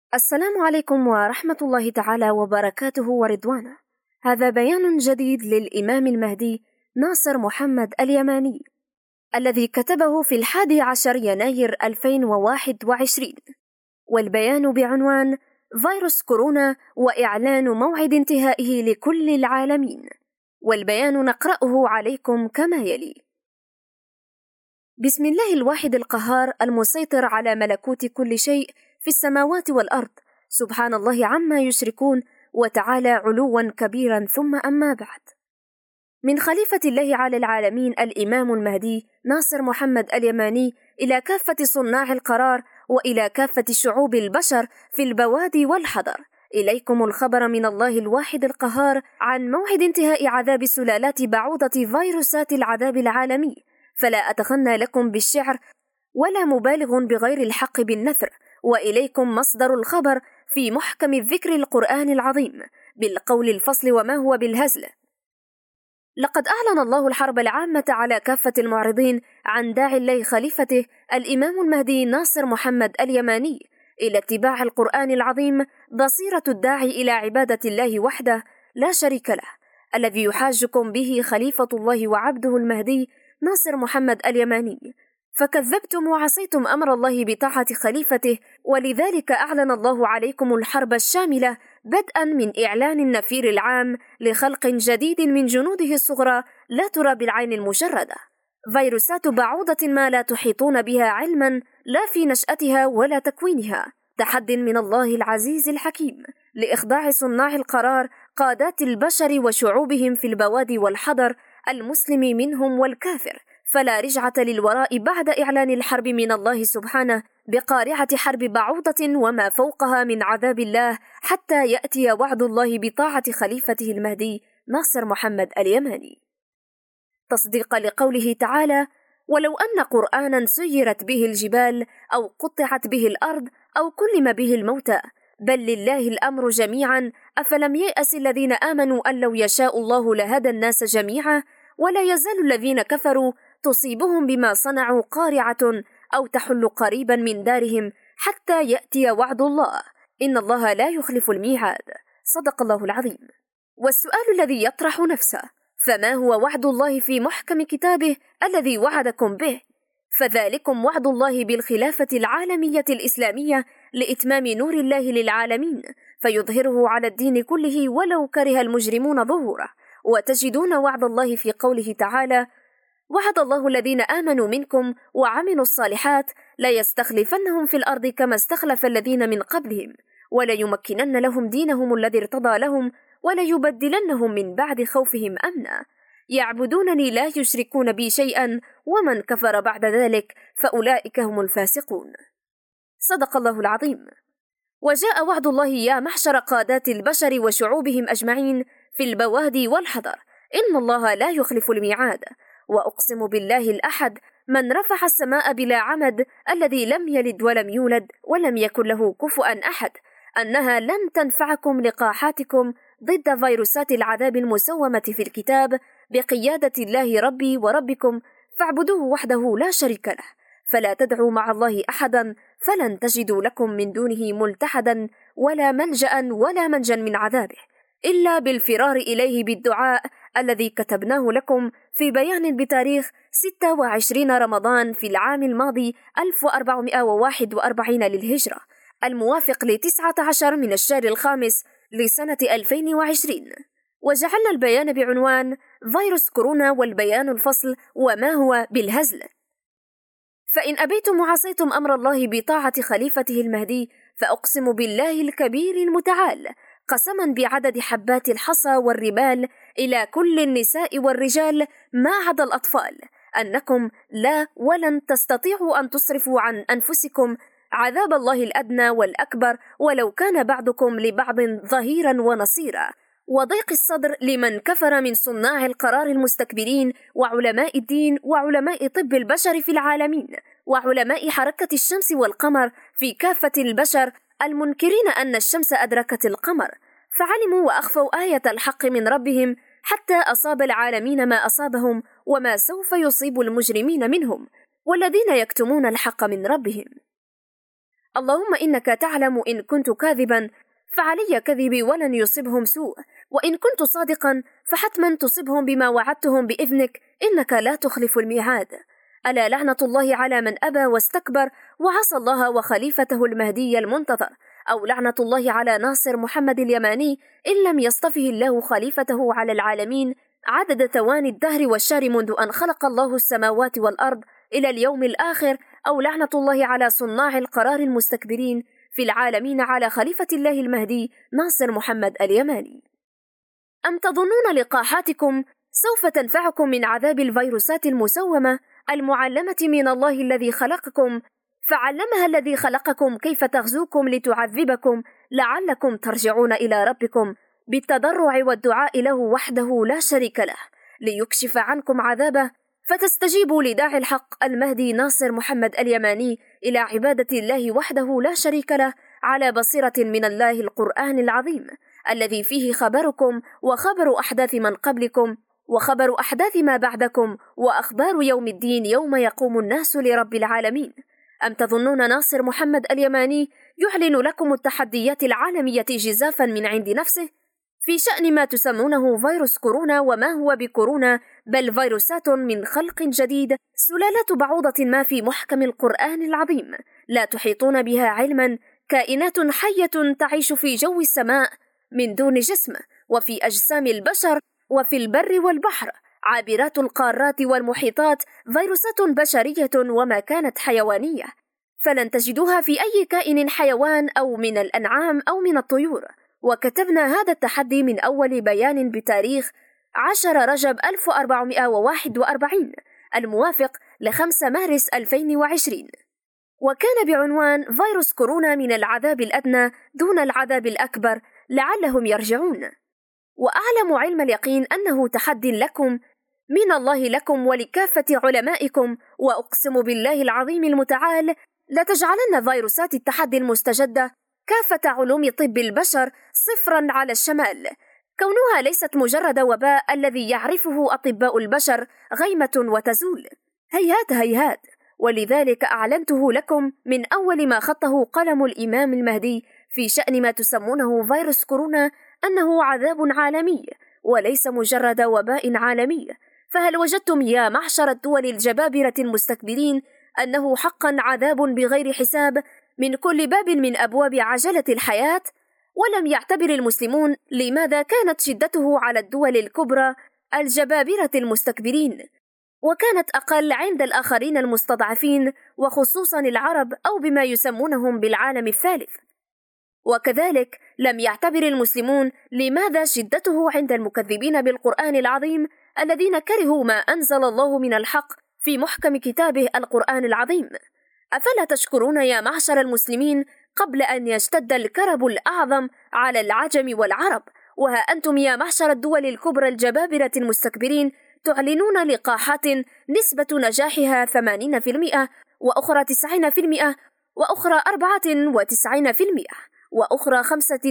السلام عليكم ورحمة الله تعالى وبركاته ورضوانه. هذا بيان جديد للإمام المهدي ناصر محمد اليماني الذي كتبه في 11 يناير 2021، والبيان بعنوان فيروس كورونا وإعلان موعد انتهائه لكل العالمين. والبيان نقرأه عليكم كما يلي: بسم الله الواحد القهار المسيطر على ملكوت كل شيء في السماوات والأرض، سبحان الله عما يشركون، وتعالى علوا كبيرا. ثم أما بعد، من خليفة الله على العالمين الإمام المهدي ناصر محمد اليماني إلى كافة صناع القرار وإلى كافة شعوب البشر في البوادي والحضر، إليكم الخبر من الله الواحد القهار عن موعد انتهاء عذاب سلالات بعوضة فيروسات العذاب العالمي، فلا أتغنى لكم بالشعر ولا مبالغ بغير الحق بالنثر، وإليكم مصدر الخبر في محكم الذكر القرآن العظيم بالقول الفصل وما هو بالهزل. لقد أعلن الله الحرب العامة على كافة المعرضين عن داعي الله خليفته الإمام المهدي ناصر محمد اليماني إلى اتباع القرآن العظيم، بصيرة الداعي إلى عبادة الله وحده لا شريك له، الذي يحاجكم به خليفة الله وعبده المهدي ناصر محمد اليماني، فكذبتم وعصيتم أمر الله بطاعة خليفته، ولذلك أعلن الله عليكم الحرب الشاملة، بدءا من إعلان النفير العام لخلق جديد من جنوده الصغرى لا ترى بالعين المجردة، فيروسات بعوضة ما لا تحيطون بها علما لا في نشأتها ولا تكوينها، تحد من الله العزيز الحكيم لإخضاع صناع القرار قادات البشر وشعوبهم في البوادي والحضر، المسلم منهم والكافر، فلا رجعة للوراء بعد إعلان الحرب من الله سبحانه بقارعة حرب بعوضة وما فوقها من عذاب الله، حتى يأتي وعد الله بطاعة خليفته المهدي ناصر محمد اليماني، تصديقا لقوله تعالى: ولو أن قرآنا سيرت به الجبال أو قطعت به الأرض أو كلم به الموتى بل لله الأمر جميعا، أفلم ييأس الذين آمنوا أن لو يشاء الله لهدى الناس جميعا، ولا يزال الذين كفروا تصيبهم بما صنعوا قارعة أو تحل قريبا من دارهم حتى يأتي وعد الله، إن الله لا يخلف الميعاد. صدق الله العظيم. والسؤال الذي يطرح نفسه: فما هو وعد الله في محكم كتابه الذي وعدكم به؟ فذلكم وعد الله بالخلافة العالمية الإسلامية لإتمام نور الله للعالمين، فيظهره على الدين كله ولو كره المجرمون ظهوره. وتجدون وعد الله في قوله تعالى: وعد الله الذين آمنوا منكم وعملوا الصالحات ليستخلفنهم في الأرض كما استخلف الذين من قبلهم وليمكنن لهم دينهم الذي ارتضى لهم وليبدلنهم من بعد خوفهم أمنا يعبدونني لا يشركون بي شيئا ومن كفر بعد ذلك فأولئك هم الفاسقون. صدق الله العظيم. وجاء وعد الله يا محشر قادات البشر وشعوبهم أجمعين في البوادي والحضر، إن الله لا يخلف الميعاد. وأقسم بالله الأحد من رفع السماء بلا عمد الذي لم يلد ولم يولد ولم يكن له كفؤا أحد أنها لن تنفعكم لقاحاتكم ضد فيروسات العذاب المسومة في الكتاب بقيادة الله ربي وربكم، فاعبدوه وحده لا شريك له، فلا تدعوا مع الله أحدا، فلن تجدوا لكم من دونه ملتحدا ولا ملجأ ولا منجا من عذابه إلا بالفرار إليه بالدعاء الذي كتبناه لكم في بيان بتاريخ 26 رمضان في العام الماضي 1441 للهجرة، الموافق ل19 من الشهر الخامس لسنة 2020. وجعلنا البيان بعنوان فيروس كورونا والبيان الفصل وما هو بالهزل. فإن أبيتم وعصيتم أمر الله بطاعة خليفته المهدي فأقسم بالله الكبير المتعال قسما بعدد حبات الحصى والرمال إلى كل النساء والرجال ما عدا الأطفال أنكم لا ولن تستطيعوا أن تصرفوا عن أنفسكم عذاب الله الأدنى والأكبر ولو كان بعضكم لبعض ظهيرا ونصيرا، وضيق الصدر لمن كفر من صناع القرار المستكبرين وعلماء الدين وعلماء طب البشر في العالمين وعلماء حركة الشمس والقمر في كافة البشر المنكرين أن الشمس أدركت القمر، فعلموا وأخفوا آية الحق من ربهم حتى أصاب العالمين ما أصابهم وما سوف يصيب المجرمين منهم والذين يكتمون الحق من ربهم. اللهم إنك تعلم إن كنت كاذبا فعلي كذبي ولن يصبهم سوء، وإن كنت صادقا فحتما تصبهم بما وعدتهم بإذنك إنك لا تخلف الميعاد. ألا لعنة الله على من أبى واستكبر وعصى الله وخليفته المهدي المنتظر، أو لعنة الله على ناصر محمد اليماني إن لم يصطفه الله خليفته على العالمين عدد ثواني الدهر والشهر منذ أن خلق الله السماوات والأرض إلى اليوم الآخر، أو لعنة الله على صناع القرار المستكبرين في العالمين على خليفة الله المهدي ناصر محمد اليماني. أم تظنون لقاحاتكم سوف تنفعكم من عذاب الفيروسات المسومة المعلمة من الله الذي خلقكم، فعلمها الذي خلقكم كيف تغزوكم لتعذبكم لعلكم ترجعون إلى ربكم بالتضرع والدعاء له وحده لا شريك له ليكشف عنكم عذابه، فتستجيبوا لداعي الحق المهدي ناصر محمد اليماني إلى عبادة الله وحده لا شريك له على بصيرة من الله القرآن العظيم الذي فيه خبركم وخبر أحداث من قبلكم وخبر أحداث ما بعدكم وأخبار يوم الدين يوم يقوم الناس لرب العالمين. أم تظنون ناصر محمد اليماني يعلن لكم التحديات العالمية جزافا من عند نفسه في شأن ما تسمونه فيروس كورونا وما هو بكورونا بل فيروسات من خلق جديد، سلالة بعوضة ما في محكم القرآن العظيم لا تحيطون بها علما، كائنات حية تعيش في جو السماء من دون جسم وفي أجسام البشر وفي البر والبحر، عابرات القارات والمحيطات، فيروسات بشرية وما كانت حيوانية، فلن تجدوها في أي كائن حيوان أو من الأنعام أو من الطيور. وكتبنا هذا التحدي من أول بيان بتاريخ 10 رجب 1441 الموافق ل5 مارس 2020، وكان بعنوان فيروس كورونا من العذاب الأدنى دون العذاب الأكبر لعلهم يرجعون. وأعلم علم اليقين أنه تحد لكم من الله لكم ولكافة علمائكم، وأقسم بالله العظيم المتعال لتجعلن فيروسات التحدي المستجدة كافة علوم طب البشر صفرا على الشمال، كونها ليست مجرد وباء الذي يعرفه أطباء البشر غيمة وتزول. هيهات هيهات. ولذلك أعلنته لكم من أول ما خطه قلم الإمام المهدي في شأن ما تسمونه فيروس كورونا أنه عذاب عالمي وليس مجرد وباء عالمي. فهل وجدتم يا معشر الدول الجبابرة المستكبرين أنه حقا عذاب بغير حساب من كل باب من أبواب عجلة الحياة؟ ولم يعتبر المسلمون لماذا كانت شدته على الدول الكبرى الجبابرة المستكبرين، وكانت أقل عند الآخرين المستضعفين وخصوصا العرب أو بما يسمونهم بالعالم الثالث. وكذلك لم يعتبر المسلمون لماذا شدته عند المكذبين بالقرآن العظيم الذين كرهوا ما أنزل الله من الحق في محكم كتابه القرآن العظيم. أفلا تشكرون يا معشر المسلمين قبل أن يشتد الكرب الأعظم على العجم والعرب، وها أنتم يا معشر الدول الكبرى الجبابرة المستكبرين تعلنون لقاحات نسبة نجاحها 80% وأخرى 90% وأخرى 94% وأخرى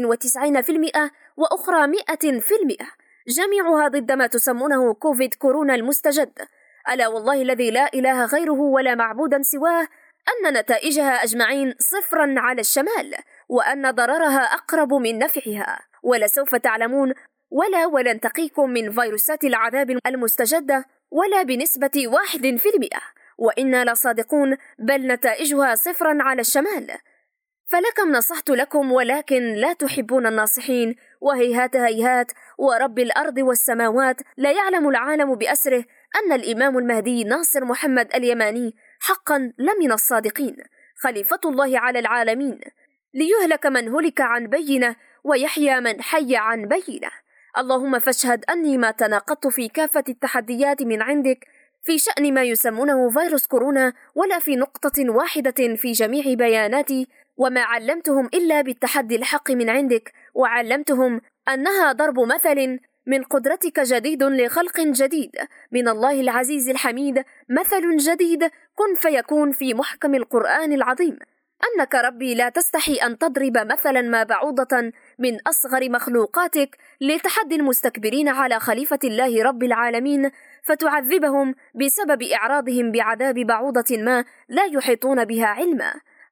95% وأخرى 100%، جميعها ضد ما تسمونه كوفيد كورونا المستجد. ألا والله الذي لا إله غيره ولا معبودا سواه أن نتائجها أجمعين صفرا على الشمال، وأن ضررها أقرب من نفعها، ولسوف تعلمون ولن تقيكم من فيروسات العذاب المستجدة ولا بنسبة 1%، وإنا لصادقون بل نتائجها صفرا على الشمال. فلكم نصحت لكم ولكن لا تحبون الناصحين، وهيهات هيهات ورب الأرض والسماوات لا يعلم العالم بأسره أن الإمام المهدي ناصر محمد اليماني حقا لمن الصادقين خليفة الله على العالمين، ليهلك من هلك عن بينه ويحيى من حي عن بينه. اللهم فاشهد أني ما تناقضت في كافة التحديات من عندك في شأن ما يسمونه فيروس كورونا ولا في نقطة واحدة في جميع بياناتي، وما علمتهم إلا بالتحدي الحق من عندك، وعلمتهم أنها ضرب مثل من قدرتك جديد لخلق جديد من الله العزيز الحميد، مثل جديد كن فيكون في محكم القرآن العظيم، أنك ربي لا تستحي أن تضرب مثلا ما بعوضة من أصغر مخلوقاتك لتحدي المستكبرين على خليفة الله رب العالمين، فتعذبهم بسبب إعراضهم بعذاب بعوضة ما لا يحيطون بها علما.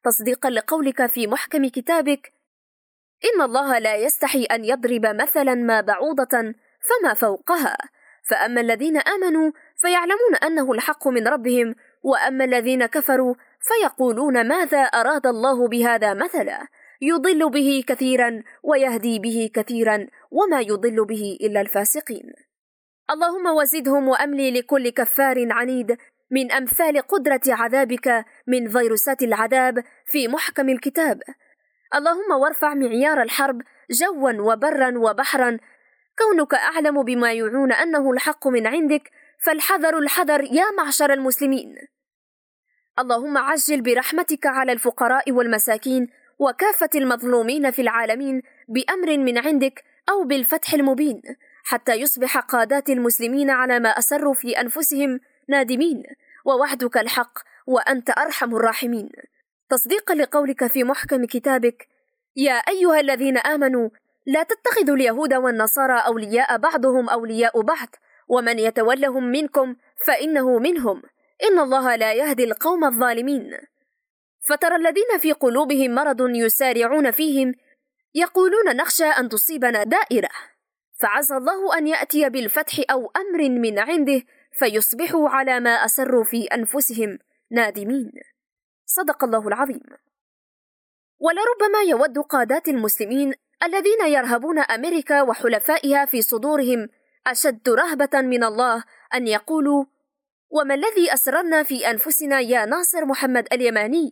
تصديقا لقولك في محكم كتابك: إن الله لا يستحي أن يضرب مثلا ما بعوضة فما فوقها، فأما الذين آمنوا فيعلمون أنه الحق من ربهم، وأما الذين كفروا فيقولون ماذا أراد الله بهذا مثلا، يضل به كثيرا ويهدي به كثيرا وما يضل به إلا الفاسقين. اللهم وزدهم وأملي لكل كفار عنيد من أمثال قدرة عذابك من فيروسات العذاب في محكم الكتاب. اللهم وارفع معيار الحرب جوا وبرا وبحرا، كونك أعلم بما يعون أنه الحق من عندك، فالحذر الحذر يا معشر المسلمين. اللهم عجل برحمتك على الفقراء والمساكين وكافة المظلومين في العالمين بأمر من عندك أو بالفتح المبين، حتى يصبح قادات المسلمين على ما أسروا في أنفسهم نادمين، ووعدك الحق وأنت أرحم الراحمين. تصديقا لقولك في محكم كتابك: يا أيها الذين آمنوا لا تتخذوا اليهود والنصارى أولياء بعضهم أولياء بعض، ومن يتولهم منكم فإنه منهم، إن الله لا يهدي القوم الظالمين. فترى الذين في قلوبهم مرض يسارعون فيهم يقولون نخشى أن تصيبنا دائرة، فعسى الله أن يأتي بالفتح أو أمر من عنده فيصبحوا على ما أسروا في أنفسهم نادمين. صدق الله العظيم. ولربما يود قادات المسلمين الذين يرهبون أمريكا وحلفائها في صدورهم أشد رهبة من الله أن يقولوا: وما الذي أسررنا في أنفسنا يا ناصر محمد اليماني؟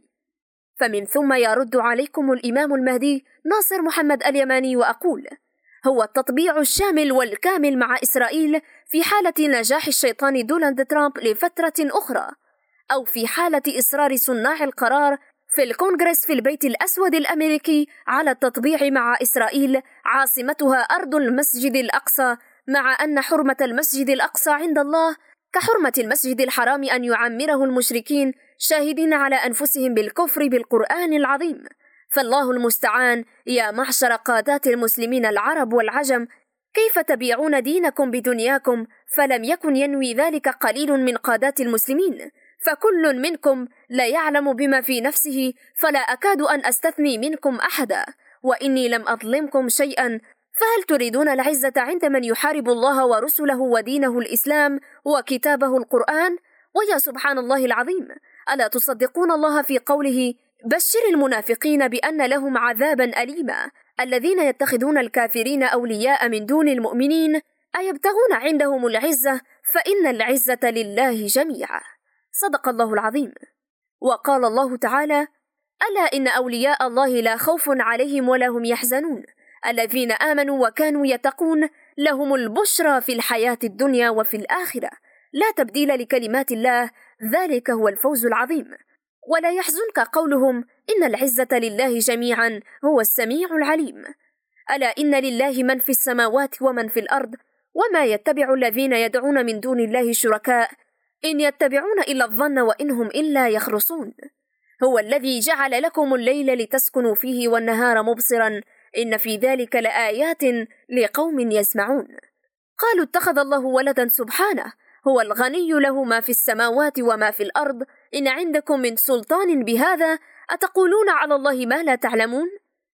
فمن ثم يرد عليكم الإمام المهدي ناصر محمد اليماني وأقول: هو التطبيع الشامل والكامل مع إسرائيل في حالة نجاح الشيطان دونالد ترامب لفترة أخرى، أو في حالة إصرار صناع القرار في الكونغرس في البيت الأسود الأمريكي على التطبيع مع إسرائيل عاصمتها أرض المسجد الأقصى، مع أن حرمة المسجد الأقصى عند الله كحرمة المسجد الحرام أن يعمره المشركين شاهدين على أنفسهم بالكفر بالقرآن العظيم. فالله المستعان يا معشر قادات المسلمين العرب والعجم، كيف تبيعون دينكم بدنياكم؟ فلم يكن ينوي ذلك قليل من قادات المسلمين، فكل منكم لا يعلم بما في نفسه، فلا أكاد أن أستثني منكم أحدا، وإني لم أظلمكم شيئا، فهل تريدون العزة عند من يحارب الله ورسله ودينه الإسلام وكتابه القرآن؟ ويا سبحان الله العظيم، ألا تصدقون الله في قوله: بشر المنافقين بأن لهم عذابا أليما الذين يتخذون الكافرين أولياء من دون المؤمنين أيبتغون عندهم العزة فإن العزة لله جميعا. صدق الله العظيم. وقال الله تعالى: ألا إن أولياء الله لا خوف عليهم ولا هم يحزنون الذين آمنوا وكانوا يتقون لهم البشرى في الحياة الدنيا وفي الآخرة لا تبديل لكلمات الله، ذلك هو الفوز العظيم. ولا يحزنك قولهم إن العزة لله جميعا هو السميع العليم. ألا إن لله من في السماوات ومن في الأرض، وما يتبع الذين يدعون من دون الله شركاء إن يتبعون إلا الظن وإنهم إلا يخرصون. هو الذي جعل لكم الليل لتسكنوا فيه والنهار مبصرا إن في ذلك لآيات لقوم يسمعون. قالوا اتخذ الله ولدا سبحانه، هو الغني له ما في السماوات وما في الأرض، إن عندكم من سلطان بهذا أتقولون على الله ما لا تعلمون؟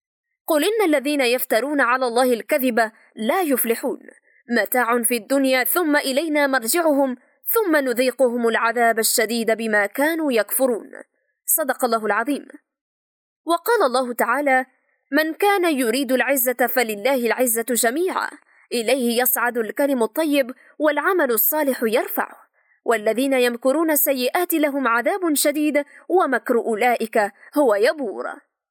قل إن الذين يفترون على الله الكذب لا يفلحون، متاع في الدنيا ثم إلينا مرجعهم ثم نذيقهم العذاب الشديد بما كانوا يكفرون. صدق الله العظيم. وقال الله تعالى: من كان يريد العزة فلله العزة جميعا، إليه يصعد الكلم الطيب والعمل الصالح يرفعه، والذين يمكرون السيئات لهم عذاب شديد ومكر أولئك هو يبور.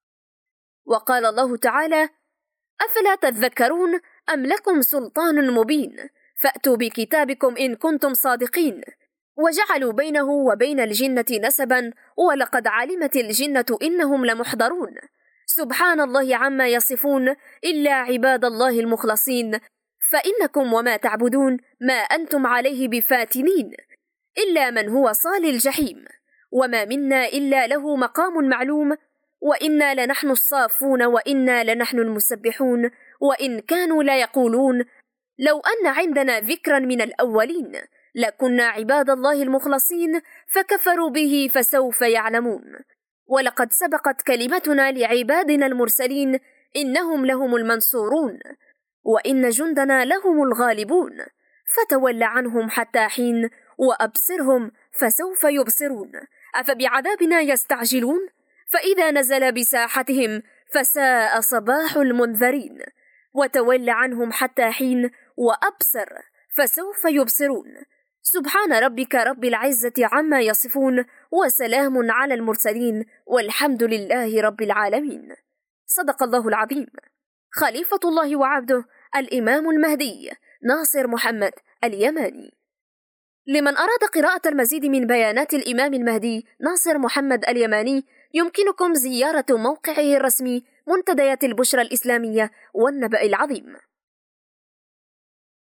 وقال الله تعالى: أفلا تذكرون أم لكم سلطان مبين فأتوا بكتابكم إن كنتم صادقين. وجعلوا بينه وبين الجنة نسبا ولقد علمت الجنة إنهم لمحضرون. سبحان الله عما يصفون إلا عباد الله المخلصين، فإنكم وما تعبدون ما أنتم عليه بفاتنين إلا من هو صال الجحيم، وما منا إلا له مقام معلوم، وإنا لنحن الصافون وإنا لنحن المسبحون، وإن كانوا لا يقولون لو أن عندنا ذكرا من الأولين لكنا عباد الله المخلصين، فكفروا به فسوف يعلمون. ولقد سبقت كلمتنا لعبادنا المرسلين إنهم لهم المنصورون وإن جندنا لهم الغالبون فتول عنهم حتى حين وأبصرهم فسوف يبصرون أفبعذابنا يستعجلون فإذا نزل بساحتهم فساء صباح المنذرين وتول عنهم حتى حين وأبصر فسوف يبصرون سبحان ربك رب العزة عما يصفون وسلام على المرسلين والحمد لله رب العالمين. صدق الله العظيم. خليفة الله وعبده الإمام المهدي ناصر محمد اليماني. لمن أراد قراءة المزيد من بيانات الإمام المهدي ناصر محمد اليماني يمكنكم زيارة موقعه الرسمي منتديات البشرى الإسلامية والنبأ العظيم.